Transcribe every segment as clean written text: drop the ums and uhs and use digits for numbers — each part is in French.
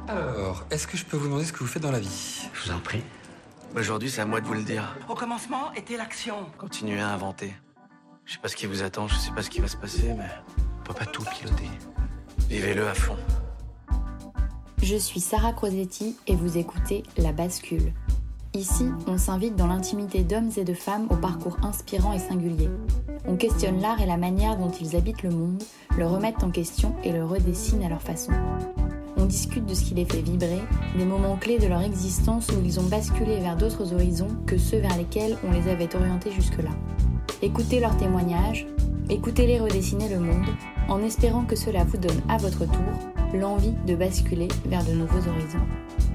Alors, est-ce que je peux vous demander ce que vous faites dans la vie ? Je vous en prie. Aujourd'hui, c'est à moi de vous le dire. Au commencement était l'action. Continuez à inventer. Je sais pas ce qui vous attend, je sais pas ce qui va se passer, mais on peut pas tout piloter. Vivez-le à fond. Je suis Sarah Crosetti et vous écoutez La Bascule. Ici, on s'invite dans l'intimité d'hommes et de femmes au parcours inspirant et singulier. On questionne l'art et la manière dont ils habitent le monde, le remettent en question et le redessinent à leur façon. On discute de ce qui les fait vibrer, des moments clés de leur existence où ils ont basculé vers d'autres horizons que ceux vers lesquels on les avait orientés jusque-là. Écoutez leurs témoignages, écoutez-les redessiner le monde, en espérant que cela vous donne à votre tour l'envie de basculer vers de nouveaux horizons.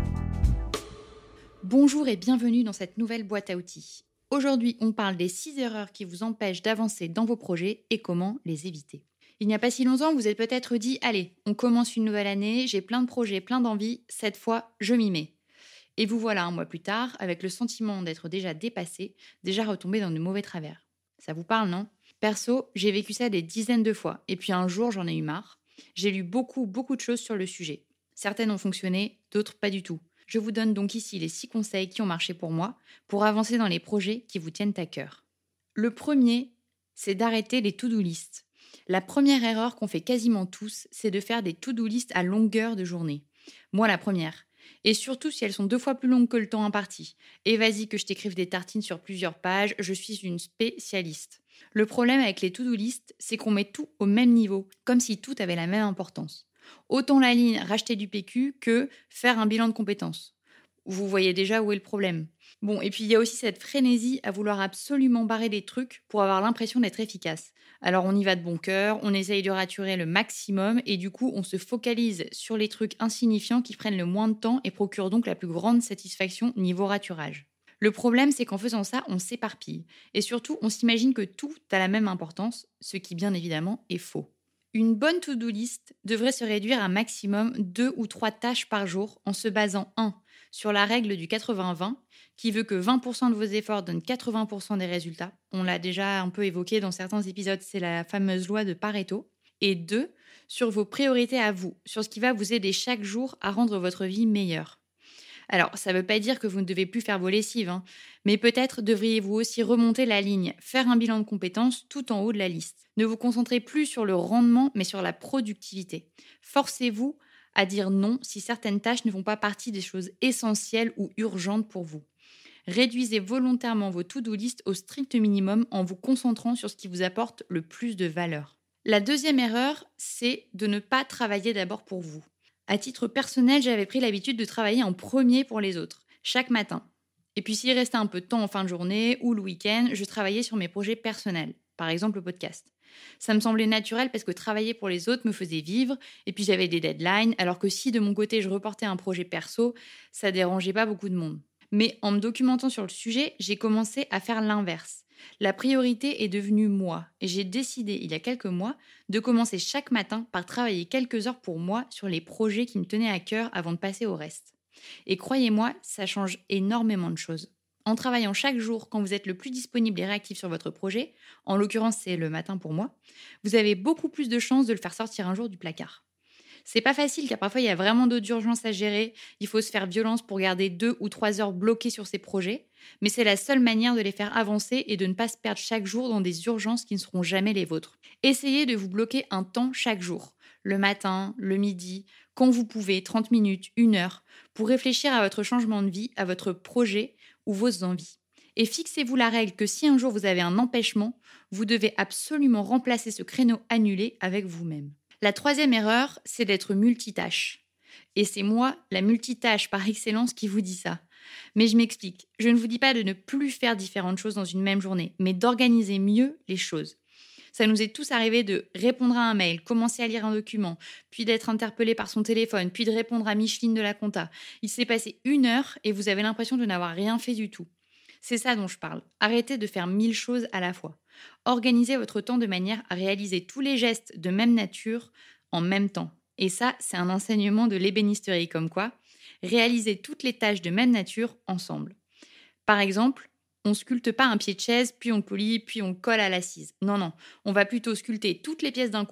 Bonjour et bienvenue dans cette nouvelle boîte à outils. Aujourd'hui, on parle des 6 erreurs qui vous empêchent d'avancer dans vos projets et comment les éviter. Il n'y a pas si longtemps, vous vous êtes peut-être dit « Allez, on commence une nouvelle année, j'ai plein de projets, plein d'envies, cette fois, je m'y mets ». Et vous voilà un mois plus tard, avec le sentiment d'être déjà dépassé, déjà retombé dans de mauvais travers. Ça vous parle, non ? Perso, j'ai vécu ça des dizaines de fois, et puis un jour, j'en ai eu marre. J'ai lu beaucoup de choses sur le sujet. Certaines ont fonctionné, d'autres pas du tout. Je vous donne donc ici les 6 conseils qui ont marché pour moi, pour avancer dans les projets qui vous tiennent à cœur. Le premier, c'est d'arrêter les to-do list. La première erreur qu'on fait quasiment tous, c'est de faire des to-do list à longueur de journée. Moi, la première. Et surtout si elles sont 2 fois plus longues que le temps imparti. Et vas-y que je t'écrive des tartines sur plusieurs pages, je suis une spécialiste. Le problème avec les to-do list, c'est qu'on met tout au même niveau, comme si tout avait la même importance. Autant la ligne racheter du PQ que faire un bilan de compétences. Vous voyez déjà où est le problème. Bon, et puis il y a aussi cette frénésie à vouloir absolument barrer des trucs pour avoir l'impression d'être efficace. Alors on y va de bon cœur, on essaye de raturer le maximum et du coup on se focalise sur les trucs insignifiants qui prennent le moins de temps et procurent donc la plus grande satisfaction niveau raturage. Le problème, c'est qu'en faisant ça, on s'éparpille. Et surtout, on s'imagine que tout a la même importance, ce qui bien évidemment est faux. Une bonne to-do list devrait se réduire à un maximum 2 ou 3 tâches par jour en se basant 1. Sur la règle du 80-20, qui veut que 20% de vos efforts donnent 80% des résultats. On l'a déjà un peu évoqué dans certains épisodes, c'est la fameuse loi de Pareto. Et 2, sur vos priorités à vous, sur ce qui va vous aider chaque jour à rendre votre vie meilleure. Alors, ça ne veut pas dire que vous ne devez plus faire vos lessives, mais peut-être devriez-vous aussi remonter la ligne, faire un bilan de compétences tout en haut de la liste. Ne vous concentrez plus sur le rendement, mais sur la productivité. Forcez-vous à dire non si certaines tâches ne font pas partie des choses essentielles ou urgentes pour vous. Réduisez volontairement vos to-do list au strict minimum en vous concentrant sur ce qui vous apporte le plus de valeur. La deuxième erreur, c'est de ne pas travailler d'abord pour vous. À titre personnel, j'avais pris l'habitude de travailler en premier pour les autres, chaque matin. Et puis s'il restait un peu de temps en fin de journée ou le week-end, je travaillais sur mes projets personnels, par exemple le podcast. Ça me semblait naturel parce que travailler pour les autres me faisait vivre, et puis j'avais des deadlines, alors que si de mon côté je reportais un projet perso, ça dérangeait pas beaucoup de monde. Mais en me documentant sur le sujet, j'ai commencé à faire l'inverse. La priorité est devenue moi et j'ai décidé il y a quelques mois de commencer chaque matin par travailler quelques heures pour moi sur les projets qui me tenaient à cœur avant de passer au reste. Et croyez-moi, ça change énormément de choses. En travaillant chaque jour quand vous êtes le plus disponible et réactif sur votre projet, en l'occurrence c'est le matin pour moi, vous avez beaucoup plus de chances de le faire sortir un jour du placard. C'est pas facile car parfois il y a vraiment d'autres urgences à gérer, il faut se faire violence pour garder 2 ou 3 heures bloquées sur ses projets, mais c'est la seule manière de les faire avancer et de ne pas se perdre chaque jour dans des urgences qui ne seront jamais les vôtres. Essayez de vous bloquer un temps chaque jour, le matin, le midi, quand vous pouvez, 30 minutes, 1 heure, pour réfléchir à votre changement de vie, à votre projet ou vos envies. Et fixez-vous la règle que si un jour vous avez un empêchement, vous devez absolument remplacer ce créneau annulé avec vous-même. La troisième erreur, c'est d'être multitâche. Et c'est moi, la multitâche par excellence, qui vous dit ça. Mais je m'explique. Je ne vous dis pas de ne plus faire différentes choses dans une même journée, mais d'organiser mieux les choses. Ça nous est tous arrivé de répondre à un mail, commencer à lire un document, puis d'être interpellé par son téléphone, puis de répondre à Micheline de la compta. Il s'est passé 1 heure et vous avez l'impression de n'avoir rien fait du tout. C'est ça dont je parle. Arrêtez de faire 1000 choses à la fois. Organisez votre temps de manière à réaliser tous les gestes de même nature en même temps. Et ça, c'est un enseignement de l'ébénisterie, comme quoi réalisez toutes les tâches de même nature ensemble. Par exemple, on ne sculpte pas un pied de chaise, puis on le polie, puis on le colle à l'assise. Non, on va plutôt sculpter toutes les pièces d'un coup,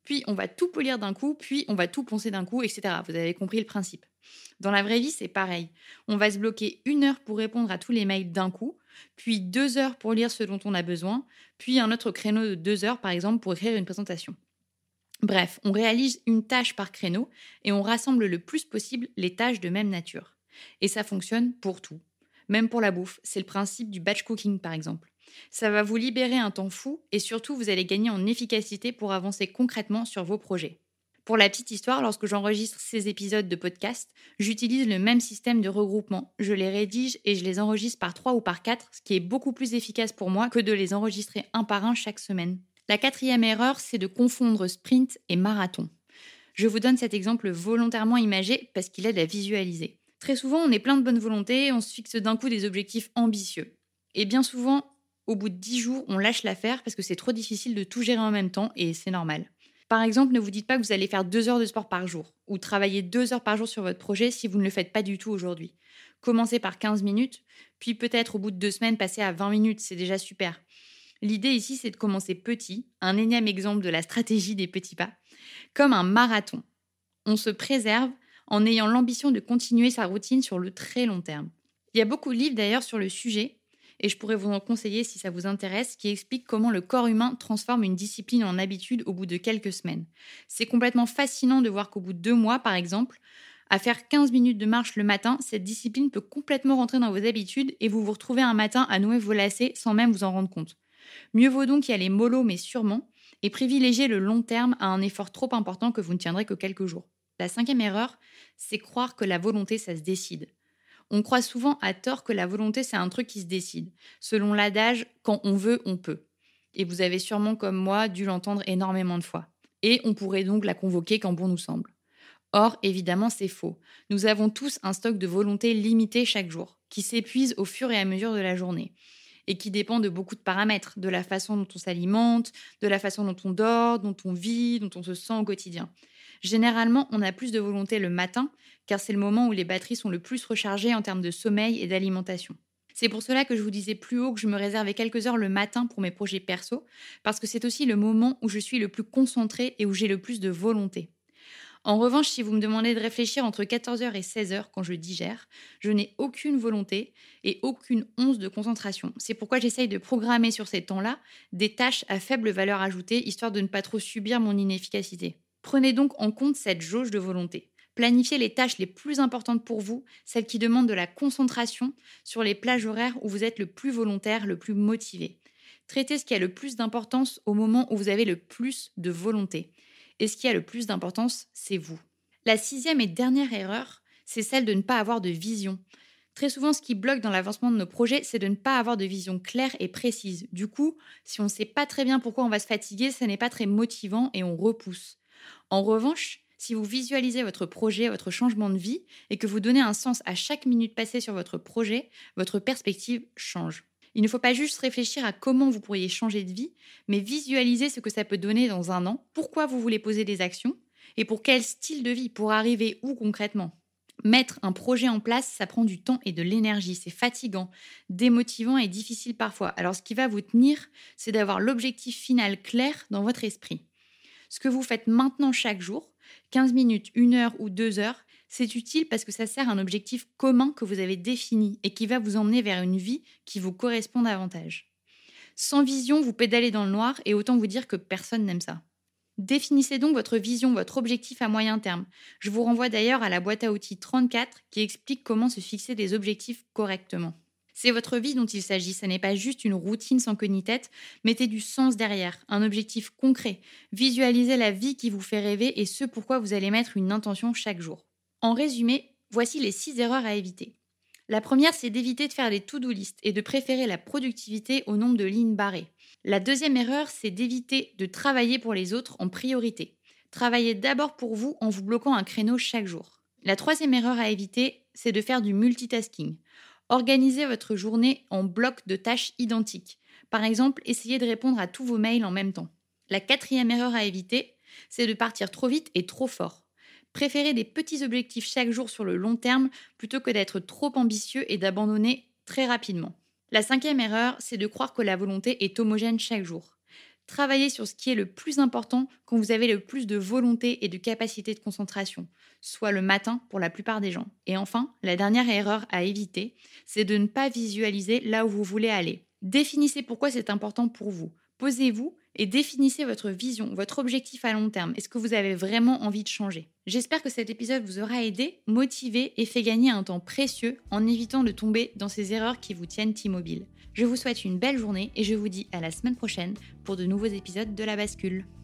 puis on va tout polir d'un coup, puis on va tout poncer d'un coup, etc. Vous avez compris le principe. Dans la vraie vie, c'est pareil. On va se bloquer 1 heure pour répondre à tous les mails d'un coup, puis 2 heures pour lire ce dont on a besoin, puis un autre créneau de 2 heures, par exemple, pour écrire une présentation. Bref, on réalise une tâche par créneau et on rassemble le plus possible les tâches de même nature. Et ça fonctionne pour tout. Même pour la bouffe, c'est le principe du batch cooking par exemple. Ça va vous libérer un temps fou et surtout vous allez gagner en efficacité pour avancer concrètement sur vos projets. Pour la petite histoire, lorsque j'enregistre ces épisodes de podcast, j'utilise le même système de regroupement. Je les rédige et je les enregistre par 3 ou par 4, ce qui est beaucoup plus efficace pour moi que de les enregistrer un par un chaque semaine. La 4e erreur, c'est de confondre sprint et marathon. Je vous donne cet exemple volontairement imagé parce qu'il aide à visualiser. Très souvent, on est plein de bonne volonté, on se fixe d'un coup des objectifs ambitieux. Et bien souvent, au bout de 10 jours, on lâche l'affaire parce que c'est trop difficile de tout gérer en même temps et c'est normal. Par exemple, ne vous dites pas que vous allez faire 2 heures de sport par jour ou travailler 2 heures par jour sur votre projet si vous ne le faites pas du tout aujourd'hui. Commencez par 15 minutes, puis peut-être au bout de 2 semaines, passer à 20 minutes, c'est déjà super. L'idée ici, c'est de commencer petit, un énième exemple de la stratégie des petits pas, comme un marathon. On se préserve en ayant l'ambition de continuer sa routine sur le très long terme. Il y a beaucoup de livres d'ailleurs sur le sujet, et je pourrais vous en conseiller si ça vous intéresse, qui expliquent comment le corps humain transforme une discipline en habitude au bout de quelques semaines. C'est complètement fascinant de voir qu'au bout de 2 mois, par exemple, à faire 15 minutes de marche le matin, cette discipline peut complètement rentrer dans vos habitudes et vous vous retrouvez un matin à nouer vos lacets sans même vous en rendre compte. Mieux vaut donc y aller mollo mais sûrement et privilégier le long terme à un effort trop important que vous ne tiendrez que quelques jours. La 5e erreur, c'est croire que la volonté, ça se décide. On croit souvent à tort que la volonté, c'est un truc qui se décide. Selon l'adage, quand on veut, on peut. Et vous avez sûrement, comme moi, dû l'entendre énormément de fois. Et on pourrait donc la convoquer quand bon nous semble. Or, évidemment, c'est faux. Nous avons tous un stock de volonté limité chaque jour, qui s'épuise au fur et à mesure de la journée. Et qui dépend de beaucoup de paramètres, de la façon dont on s'alimente, de la façon dont on dort, dont on vit, dont on se sent au quotidien. Généralement, on a plus de volonté le matin, car c'est le moment où les batteries sont le plus rechargées en termes de sommeil et d'alimentation. C'est pour cela que je vous disais plus haut que je me réservais quelques heures le matin pour mes projets perso, parce que c'est aussi le moment où je suis le plus concentrée et où j'ai le plus de volonté. En revanche, si vous me demandez de réfléchir entre 14h et 16h quand je digère, je n'ai aucune volonté et aucune once de concentration. C'est pourquoi j'essaye de programmer sur ces temps-là des tâches à faible valeur ajoutée, histoire de ne pas trop subir mon inefficacité. Prenez donc en compte cette jauge de volonté. Planifiez les tâches les plus importantes pour vous, celles qui demandent de la concentration sur les plages horaires où vous êtes le plus volontaire, le plus motivé. Traitez ce qui a le plus d'importance au moment où vous avez le plus de volonté. Et ce qui a le plus d'importance, c'est vous. La 6e et dernière erreur, c'est celle de ne pas avoir de vision. Très souvent, ce qui bloque dans l'avancement de nos projets, c'est de ne pas avoir de vision claire et précise. Du coup, si on ne sait pas très bien pourquoi on va se fatiguer, ce n'est pas très motivant et on repousse. En revanche, si vous visualisez votre projet, votre changement de vie, et que vous donnez un sens à chaque minute passée sur votre projet, votre perspective change. Il ne faut pas juste réfléchir à comment vous pourriez changer de vie, mais visualiser ce que ça peut donner dans 1 an, pourquoi vous voulez poser des actions, et pour quel style de vie, pour arriver où concrètement. Mettre un projet en place, ça prend du temps et de l'énergie, c'est fatigant, démotivant et difficile parfois. Alors ce qui va vous tenir, c'est d'avoir l'objectif final clair dans votre esprit. Ce que vous faites maintenant chaque jour, 15 minutes, 1 heure ou 2 heures, c'est utile parce que ça sert à un objectif commun que vous avez défini et qui va vous emmener vers une vie qui vous correspond davantage. Sans vision, vous pédalez dans le noir et autant vous dire que personne n'aime ça. Définissez donc votre vision, votre objectif à moyen terme. Je vous renvoie d'ailleurs à la boîte à outils 34 qui explique comment se fixer des objectifs correctement. C'est votre vie dont il s'agit, ce n'est pas juste une routine sans queue ni tête. Mettez du sens derrière, un objectif concret. Visualisez la vie qui vous fait rêver et ce pourquoi vous allez mettre une intention chaque jour. En résumé, voici les 6 erreurs à éviter. La première, c'est d'éviter de faire des to-do list et de préférer la productivité au nombre de lignes barrées. La deuxième erreur, c'est d'éviter de travailler pour les autres en priorité. Travaillez d'abord pour vous en vous bloquant un créneau chaque jour. La troisième erreur à éviter, c'est de faire du multitasking. Organisez votre journée en blocs de tâches identiques. Par exemple, essayez de répondre à tous vos mails en même temps. La quatrième erreur à éviter, c'est de partir trop vite et trop fort. Préférez des petits objectifs chaque jour sur le long terme plutôt que d'être trop ambitieux et d'abandonner très rapidement. La cinquième erreur, c'est de croire que la volonté est homogène chaque jour. Travaillez sur ce qui est le plus important quand vous avez le plus de volonté et de capacité de concentration, soit le matin pour la plupart des gens. Et enfin, la dernière erreur à éviter, c'est de ne pas visualiser là où vous voulez aller. Définissez pourquoi c'est important pour vous. Posez-vous et définissez votre vision, votre objectif à long terme. Est-ce que vous avez vraiment envie de changer ? J'espère que cet épisode vous aura aidé, motivé et fait gagner un temps précieux en évitant de tomber dans ces erreurs qui vous tiennent immobile. Je vous souhaite une belle journée et je vous dis à la semaine prochaine pour de nouveaux épisodes de La Bascule.